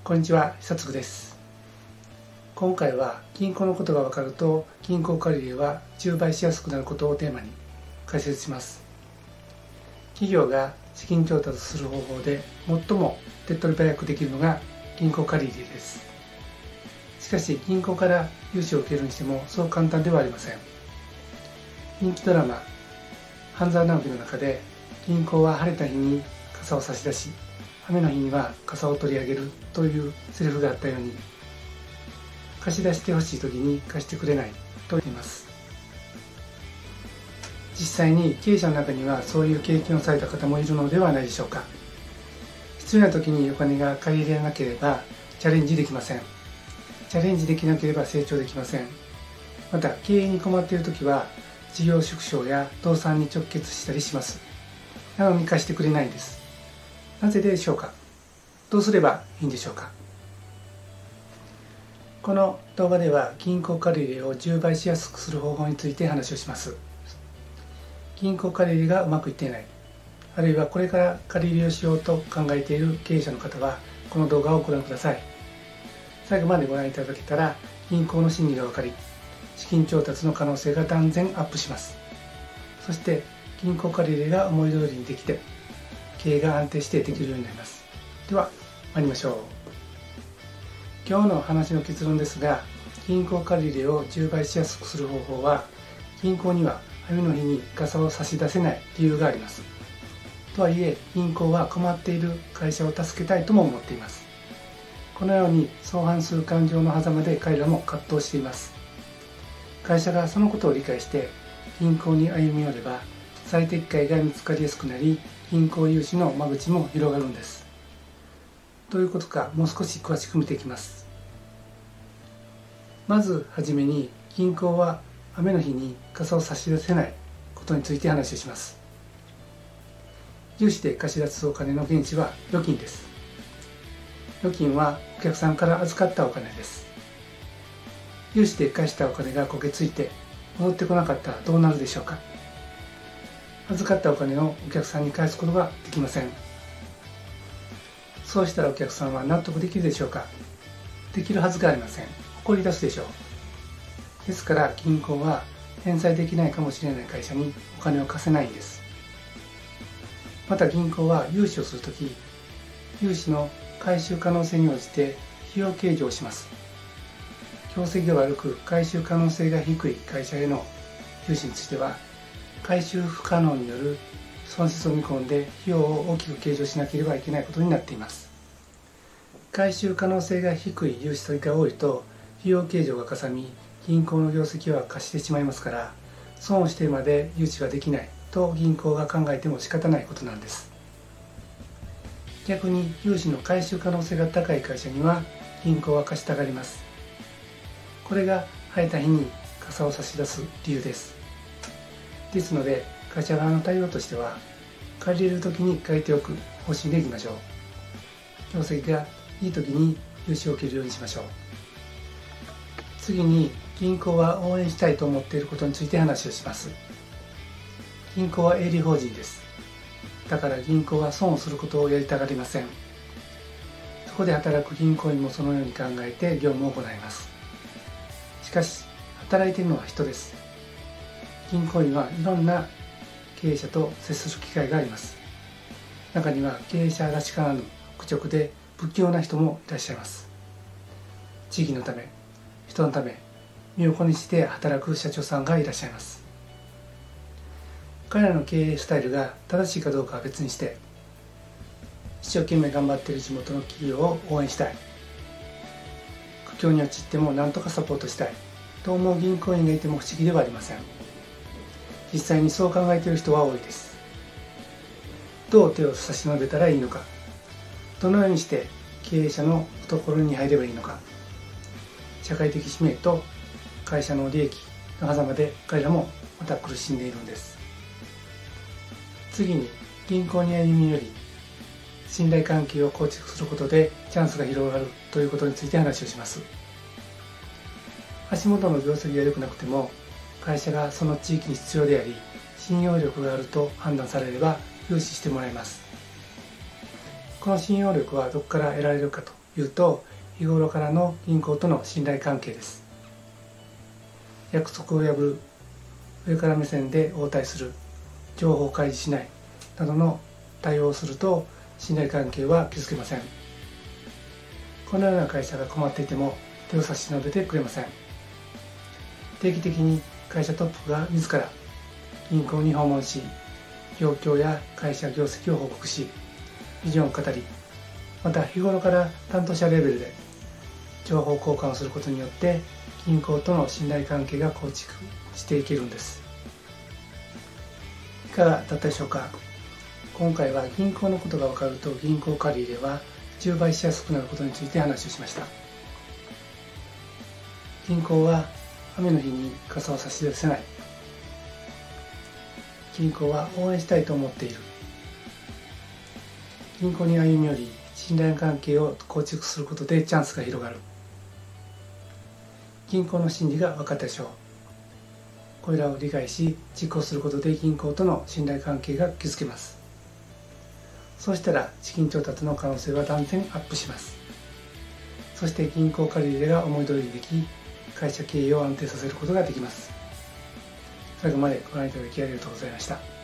こんにちは、久嗣です。今回は銀行のことが分かると銀行借入は10倍しやすくなることをテーマに解説します。企業が資金調達する方法で最も手っ取り早くできるのが銀行借入です。しかし銀行から融資を受けるにしてもそう簡単ではありません。人気ドラマ半沢直樹の中で銀行は晴れた日に傘を差し出し、雨の日には傘を取り上げるというセリフがあったように、貸し出してほしい時に貸してくれないと言います。実際に経営者の中にはそういう経験をされた方もいるのではないでしょうか。必要な時にお金が借り入れなければチャレンジできません。チャレンジできなければ成長できません。また経営に困っている時は事業縮小や倒産に直結したりします。なのに貸してくれないんです。なぜでしょうか。どうすればいいんでしょうか。この動画では銀行借入を10倍しやすくする方法について話をします。銀行借入がうまくいっていない、あるいはこれから借入をしようと考えている経営者の方はこの動画をご覧ください。最後までご覧いただけたら銀行の心理が分かり、資金調達の可能性が断然アップします。そして銀行借入が思い通りにできて経営が安定してできるようになります。では参りましょう。今日の話の結論ですが、銀行借入を10倍しやすくする方法は、銀行には雨の日に傘を差し出せない理由があります。とはいえ銀行は困っている会社を助けたいとも思っています。このように相反する感情の狭間で彼らも葛藤しています。会社がそのことを理解して銀行に歩み寄れば最適解が見つかりやすくなり、銀行融資の間口も広がるんです。どういうことかもう少し詳しく見ていきます。まずはじめに、銀行は雨の日に傘を差し出せないことについて話をします。融資で貸し出すお金の原資は預金です。預金はお客さんから預かったお金です。融資で貸したお金が焦げついて戻ってこなかったらどうなるでしょうか。預かったお金をお客さんに返すことができません。そうしたらお客さんは納得できるでしょうか。できるはずがありません。怒り出すでしょう。ですから銀行は返済できないかもしれない会社にお金を貸せないんです。また銀行は融資をするとき、融資の回収可能性に応じて費用計上をします。業績が悪く回収可能性が低い会社への融資については、回収不可能による損失を見込んで費用を大きく計上しなければいけないことになっています。回収可能性が低い融資取りが多いと費用計上がかさみ、銀行の業績は貸してしまいますから、損をしてまで融資ができないと銀行が考えても仕方ないことなんです。逆に融資の回収可能性が高い会社には銀行は貸したがります。これが晴れた日に傘を差し出す理由です。ですので会社側の対応としては、借りれる時に借りておく方針でいきましょう。業績がいい時に融資を受けるようにしましょう。次に、銀行は応援したいと思っていることについて話をします。銀行は営利法人です。だから銀行は損をすることをやりたがりません。そこで働く銀行員もそのように考えて業務を行います。しかし働いているのは人です。銀行員はいろんな経営者と接する機会があります。中には経営者らしからぬ愚直で不器用な人もいらっしゃいます。地域のため、人のため、身を粉にして働く社長さんがいらっしゃいます。彼らの経営スタイルが正しいかどうかは別にして、一生懸命頑張っている地元の企業を応援したい、苦境に陥っても何とかサポートしたいと思う銀行員がいても不思議ではありません。実際にそう考えている人は多いです。どう手を差し伸べたらいいのか、どのようにして経営者の懐に入ればいいのか、社会的使命と会社の利益の狭間で彼らもまた苦しんでいるんです。次に、銀行に歩み寄り信頼関係を構築することでチャンスが広がるということについて話をします。足元の業績が良くなくても会社がその地域に必要であり信用力があると判断されれば融資してもらいます。この信用力はどこから得られるかと言うと、日頃からの銀行との信頼関係です。約束を破る、上から目線で応対する、情報開示しないなどの対応をすると信頼関係は築けません。このような会社が困っていても手を差し伸べてくれません。定期的に会社トップが自ら銀行に訪問し、状況や会社業績を報告し、ビジョンを語り、また日頃から担当者レベルで情報交換をすることによって銀行との信頼関係が構築していけるんです。いかがだったでしょうか。今回は銀行のことが分かると銀行借入は10倍しやすくなることについて話をしました。銀行は雨の日に傘を差し出せない。銀行は応援したいと思っている。銀行に歩み寄り、信頼関係を構築することでチャンスが広がる。銀行の心理が分かったでしょう。これらを理解し、実行することで銀行との信頼関係が築けます。そうしたら資金調達の可能性は断然アップします。そして銀行借入が思い通りにでき、会社経営を安定させることができます。最後までご覧いただきありがとうございました。